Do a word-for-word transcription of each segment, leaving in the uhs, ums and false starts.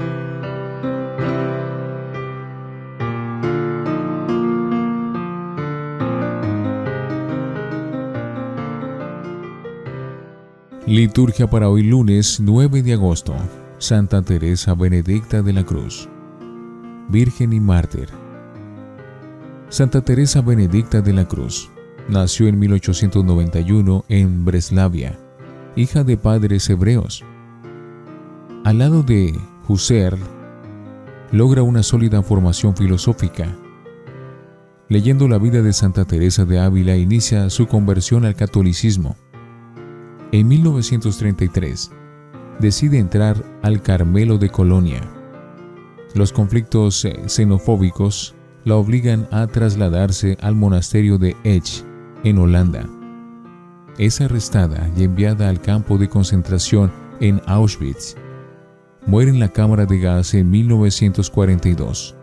Liturgia para hoy lunes nueve de agosto. Santa Teresa Benedicta de la Cruz, Virgen y Mártir. Santa Teresa Benedicta de la Cruz nació en mil ochocientos noventa y uno en Breslavia, hija de padres hebreos. Al lado de Husserl, logra una sólida formación filosófica. Leyendo la vida de Santa Teresa de Ávila, inicia su conversión al catolicismo. En mil novecientos treinta y tres, decide entrar al Carmelo de Colonia. Los conflictos xenofóbicos la obligan a trasladarse al monasterio de Ech, en Holanda. Es arrestada y enviada al campo de concentración en Auschwitz. Muere en la cámara de gas en mil novecientos cuarenta y dos.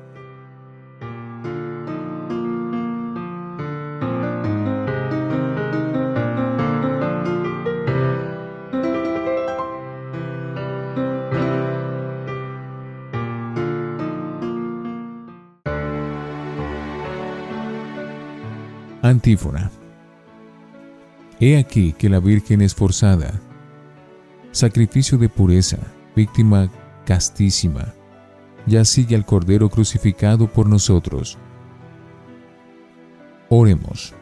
Antífona. He aquí que la Virgen esforzada, sacrificio de pureza, víctima castísima, ya sigue al Cordero crucificado por nosotros. Oremos.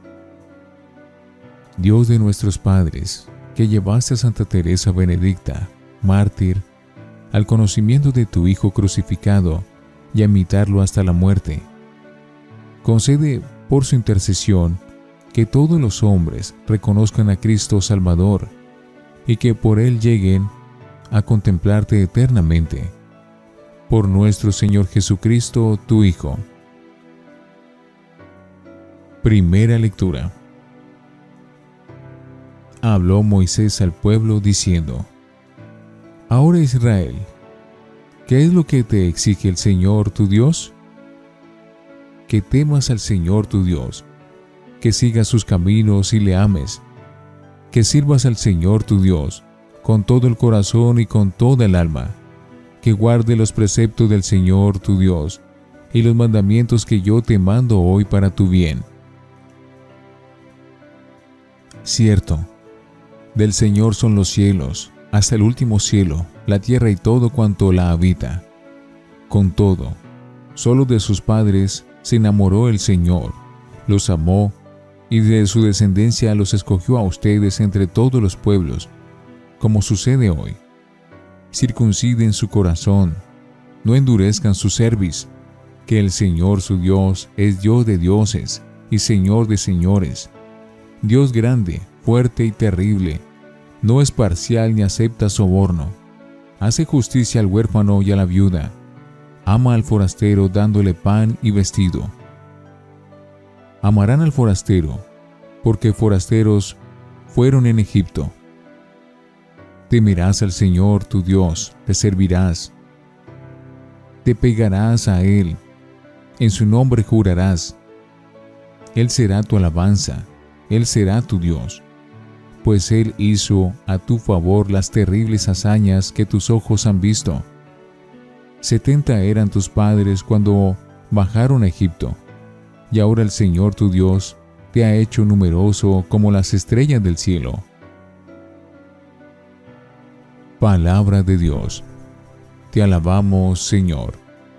Dios de nuestros padres, que llevaste a Santa Teresa Benedicta, mártir, al conocimiento de tu Hijo crucificado y a imitarlo hasta la muerte, concede por su intercesión que todos los hombres reconozcan a Cristo Salvador y que por Él lleguen a contemplarte eternamente. Por nuestro Señor Jesucristo, tu Hijo. Primera lectura. Habló Moisés al pueblo diciendo: Ahora Israel, ¿qué es lo que te exige el Señor tu Dios? Que temas al Señor tu Dios, que sigas sus caminos y le ames, que sirvas al Señor tu Dios con todo el corazón y con toda el alma, que guarde los preceptos del Señor tu Dios y los mandamientos que yo te mando hoy para tu bien. Cierto, del Señor son los cielos, hasta el último cielo, la tierra y todo cuanto la habita. Con todo, solo de sus padres se enamoró el Señor, los amó, y de su descendencia los escogió a ustedes entre todos los pueblos, como sucede hoy. Circunciden su corazón, no endurezcan su cerviz, que el Señor su Dios es Dios de dioses y Señor de señores, Dios grande, fuerte y terrible, no es parcial ni acepta soborno, hace justicia al huérfano y a la viuda, ama al forastero dándole pan y vestido. Amarán al forastero, porque forasteros fueron en Egipto. Temerás al Señor tu Dios, te servirás. Te pegarás a Él, en su nombre jurarás. Él será tu alabanza, Él será tu Dios, pues Él hizo a tu favor las terribles hazañas que tus ojos han visto. Setenta eran tus padres cuando bajaron a Egipto, y ahora el Señor tu Dios te ha hecho numeroso como las estrellas del cielo. Palabra de Dios. Te alabamos, Señor.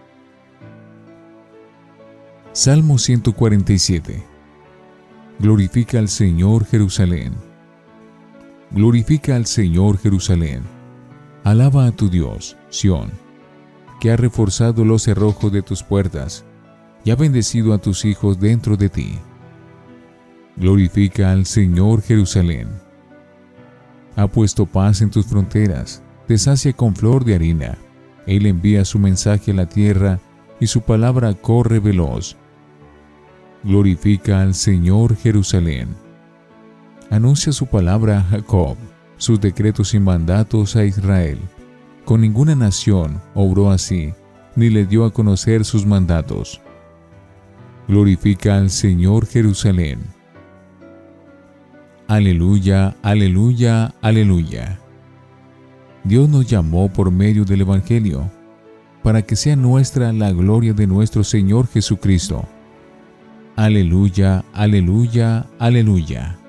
Salmo ciento cuarenta y siete. Glorifica al Señor Jerusalén. Glorifica al Señor Jerusalén. Alaba a tu Dios, Sión, que ha reforzado los cerrojos de tus puertas y ha bendecido a tus hijos dentro de ti. Glorifica al Señor Jerusalén. Ha puesto paz en tus fronteras, te sacia con flor de harina. Él envía su mensaje a la tierra y su palabra corre veloz. Glorifica al Señor Jerusalén. Anuncia su palabra a Jacob, sus decretos y mandatos a Israel. Con ninguna nación obró así, ni le dio a conocer sus mandatos. Glorifica al Señor Jerusalén. Aleluya, aleluya, aleluya. Dios nos llamó por medio del Evangelio para que sea nuestra la gloria de nuestro Señor Jesucristo. Aleluya, aleluya, aleluya.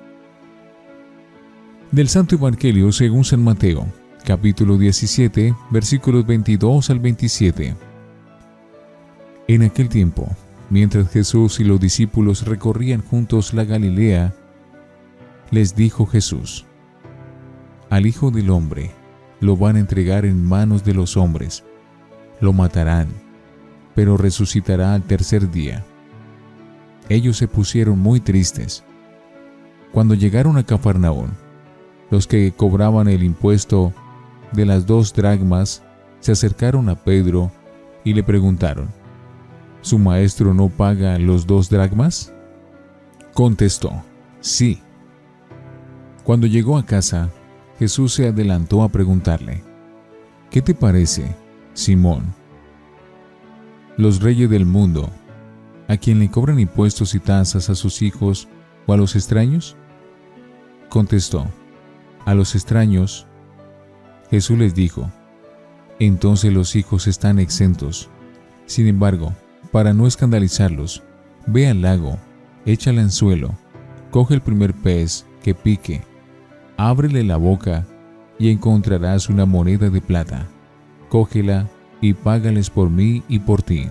Del Santo Evangelio según San Mateo, capítulo diecisiete, versículos veintidós al veintisiete. En aquel tiempo, mientras Jesús y los discípulos recorrían juntos la Galilea, les dijo Jesús: Al Hijo del Hombre lo van a entregar en manos de los hombres, lo matarán, pero resucitará al tercer día. Ellos se pusieron muy tristes. Cuando llegaron a Cafarnaún, los que cobraban el impuesto de las dos dracmas se acercaron a Pedro y le preguntaron: ¿Su maestro no paga los dos dracmas? Contestó: Sí. Cuando llegó a casa, Jesús se adelantó a preguntarle: ¿Qué te parece, Simón? ¿Los reyes del mundo, a quien le cobran impuestos y tasas, a sus hijos o a los extraños? Contestó: A los extraños. Jesús les dijo: Entonces los hijos están exentos. Sin embargo, para no escandalizarlos, ve al lago, echa el anzuelo, coge el primer pez que pique, ábrele la boca y encontrarás una moneda de plata. Cógela y págales por mí y por ti.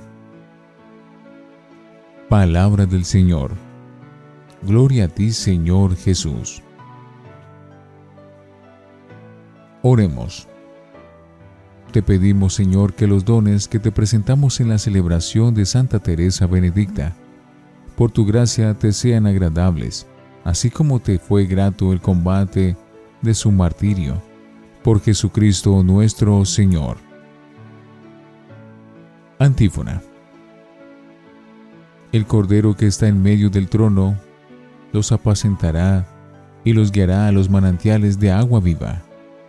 Palabra del Señor. Gloria a ti, Señor Jesús. Oremos. Te pedimos, Señor, que los dones que te presentamos en la celebración de Santa Teresa Benedicta, por tu gracia te sean agradables, así como te fue grato el combate de su martirio, por Jesucristo nuestro Señor. Antífona. El Cordero que está en medio del trono los apacentará y los guiará a los manantiales de agua viva.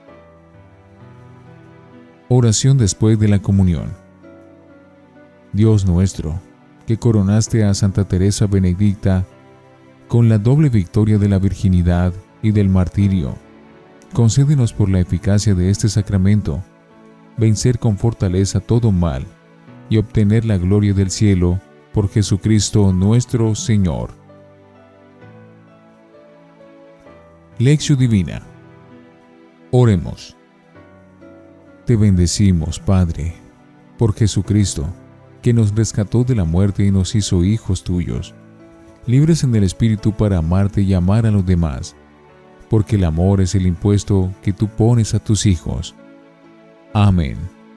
Oración después de la comunión. Dios nuestro, que coronaste a Santa Teresa Benedicta con la doble victoria de la virginidad y del martirio, concédenos por la eficacia de este sacramento vencer con fortaleza todo mal y obtener la gloria del cielo por Jesucristo nuestro Señor. Lección Divina. Oremos. Te bendecimos, Padre, por Jesucristo, que nos rescató de la muerte y nos hizo hijos tuyos, libres en el Espíritu para amarte y amar a los demás, porque el amor es el impuesto que tú pones a tus hijos. Amén.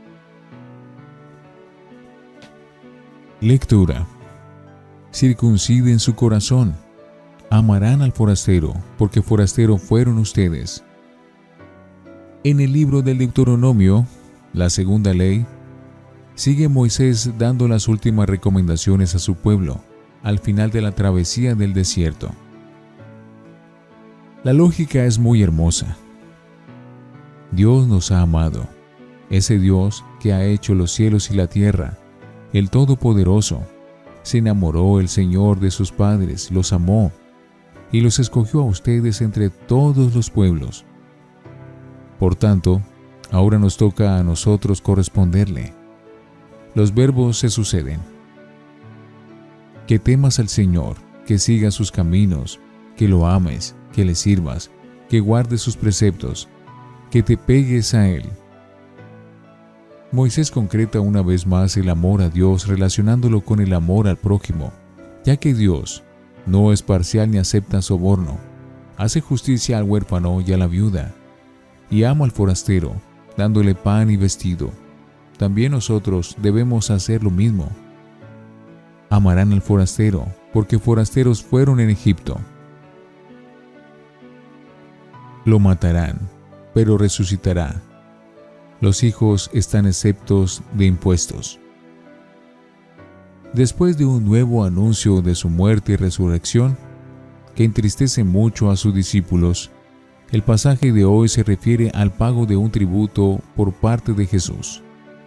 Lectura. Circunciden su corazón. Amarán al forastero, porque forastero fueron ustedes. En el libro del Deuteronomio, la segunda ley, sigue Moisés dando las últimas recomendaciones a su pueblo al final de la travesía del desierto. La lógica es muy hermosa. Dios nos ha amado, ese Dios que ha hecho los cielos y la tierra, el Todopoderoso. Se enamoró el Señor de sus padres, los amó y los escogió a ustedes entre todos los pueblos. Por tanto, ahora nos toca a nosotros corresponderle. Los verbos se suceden. Que temas al Señor, que sigas sus caminos, que lo ames, que le sirvas, que guardes sus preceptos, que te pegues a Él. Moisés concreta una vez más el amor a Dios relacionándolo con el amor al prójimo, ya que Dios no es parcial ni acepta soborno, hace justicia al huérfano y a la viuda, y ama al forastero, dándole pan y vestido. También nosotros debemos hacer lo mismo. Amarán al forastero, porque forasteros fueron en Egipto. Lo matarán, pero resucitará. Los hijos están exentos de impuestos. Después de un nuevo anuncio de su muerte y resurrección, que entristece mucho a sus discípulos, el pasaje de hoy se refiere al pago de un tributo por parte de Jesús.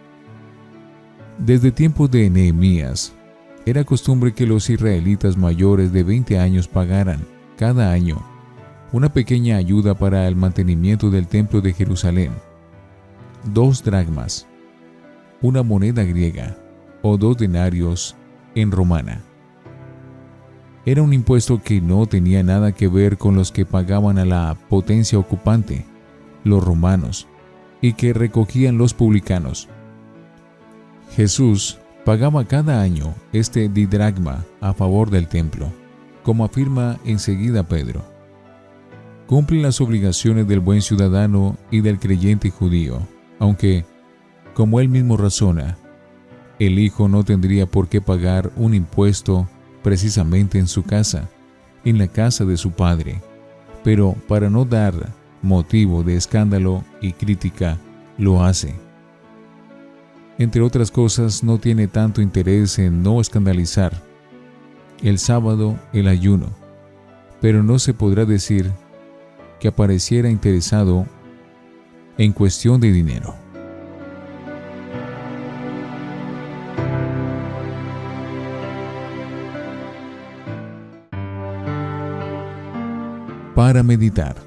Desde tiempos de Nehemías, era costumbre que los israelitas mayores de veinte años pagaran, cada año, una pequeña ayuda para el mantenimiento del templo de Jerusalén, dos dracmas. una moneda griega, o dos denarios en romana. Era un impuesto que no tenía nada que ver con los que pagaban a la potencia ocupante, los romanos, y que recogían los publicanos. Jesús pagaba cada año este didracma a favor del templo, como afirma enseguida Pedro. Cumple las obligaciones del buen ciudadano y del creyente judío, aunque, como él mismo razona, el hijo no tendría por qué pagar un impuesto precisamente en su casa, en la casa de su padre, pero para no dar motivo de escándalo y crítica, lo hace. Entre otras cosas, no tiene tanto interés en no escandalizar el sábado, el ayuno, pero no se podrá decir que apareciera interesado en cuestión de dinero. Para meditar.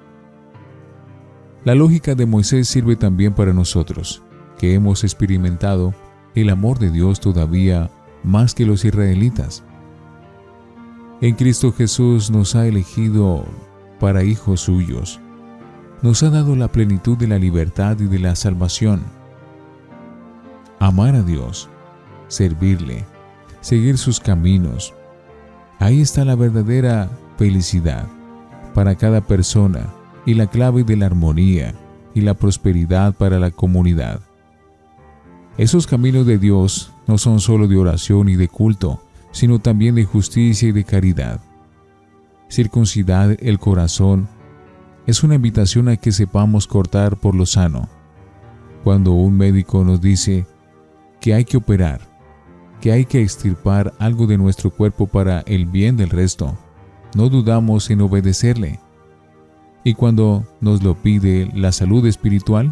La lógica de Moisés sirve también para nosotros, que hemos experimentado el amor de Dios todavía más que los israelitas. En Cristo Jesús nos ha elegido para hijos suyos. Nos ha dado la plenitud de la libertad y de la salvación. Amar a Dios, servirle, seguir sus caminos. Ahí está la verdadera felicidad para cada persona y la clave de la armonía y la prosperidad para la comunidad. Esos caminos de Dios no son solo de oración y de culto, sino también de justicia y de caridad. Circuncidar el corazón es una invitación a que sepamos cortar por lo sano. Cuando un médico nos dice que hay que operar, que hay que extirpar algo de nuestro cuerpo para el bien del resto, no dudamos en obedecerle. Y cuando nos lo pide la salud espiritual,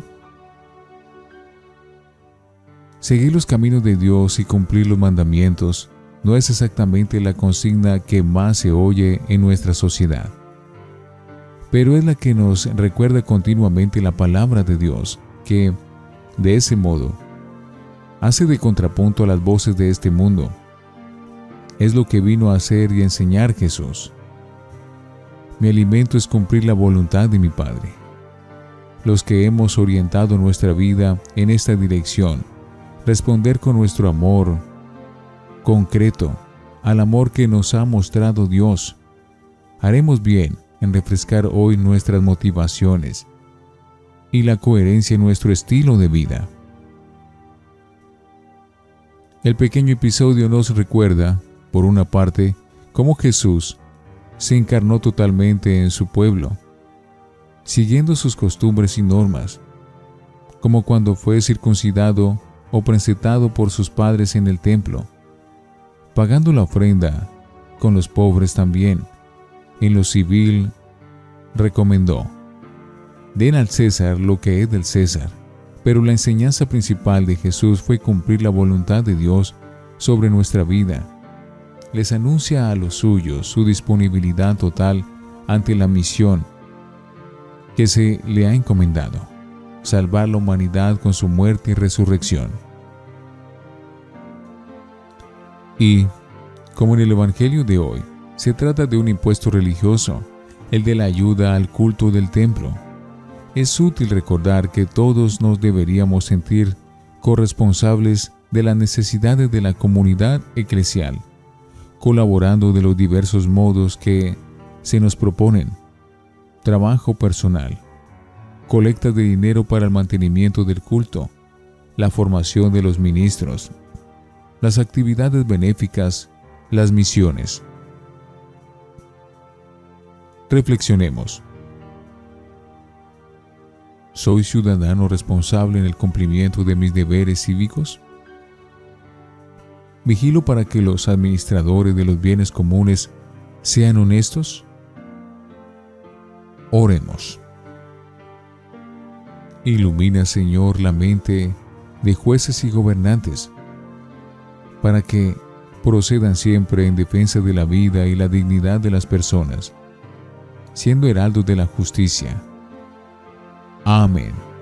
seguir los caminos de Dios y cumplir los mandamientos no es exactamente la consigna que más se oye en nuestra sociedad, pero es la que nos recuerda continuamente la palabra de Dios, que, de ese modo, hace de contrapunto a las voces de este mundo. Es lo que vino a hacer y enseñar Jesús. Mi alimento es cumplir la voluntad de mi Padre. Los que hemos orientado nuestra vida en esta dirección, responder con nuestro amor concreto al amor que nos ha mostrado Dios, haremos bien en refrescar hoy nuestras motivaciones y la coherencia en nuestro estilo de vida. El pequeño episodio nos recuerda, por una parte, cómo Jesús se encarnó totalmente en su pueblo, siguiendo sus costumbres y normas, como cuando fue circuncidado o presentado por sus padres en el templo, pagando la ofrenda con los pobres también. En lo civil, recomendó: den al César lo que es del César. Pero la enseñanza principal de Jesús fue cumplir la voluntad de Dios sobre nuestra vida. Les anuncia a los suyos su disponibilidad total ante la misión que se le ha encomendado: salvar la humanidad con su muerte y resurrección. Y, como en el Evangelio de hoy, se trata de un impuesto religioso, el de la ayuda al culto del templo. Es útil recordar que todos nos deberíamos sentir corresponsables de las necesidades de la comunidad eclesial, colaborando de los diversos modos que se nos proponen: trabajo personal, colecta de dinero para el mantenimiento del culto, la formación de los ministros, las actividades benéficas, las misiones. Reflexionemos. ¿Soy ciudadano responsable en el cumplimiento de mis deberes cívicos? ¿Vigilo para que los administradores de los bienes comunes sean honestos? Oremos. Ilumina, Señor, la mente de jueces y gobernantes, para que procedan siempre en defensa de la vida y la dignidad de las personas, siendo heraldos de la justicia. Amén.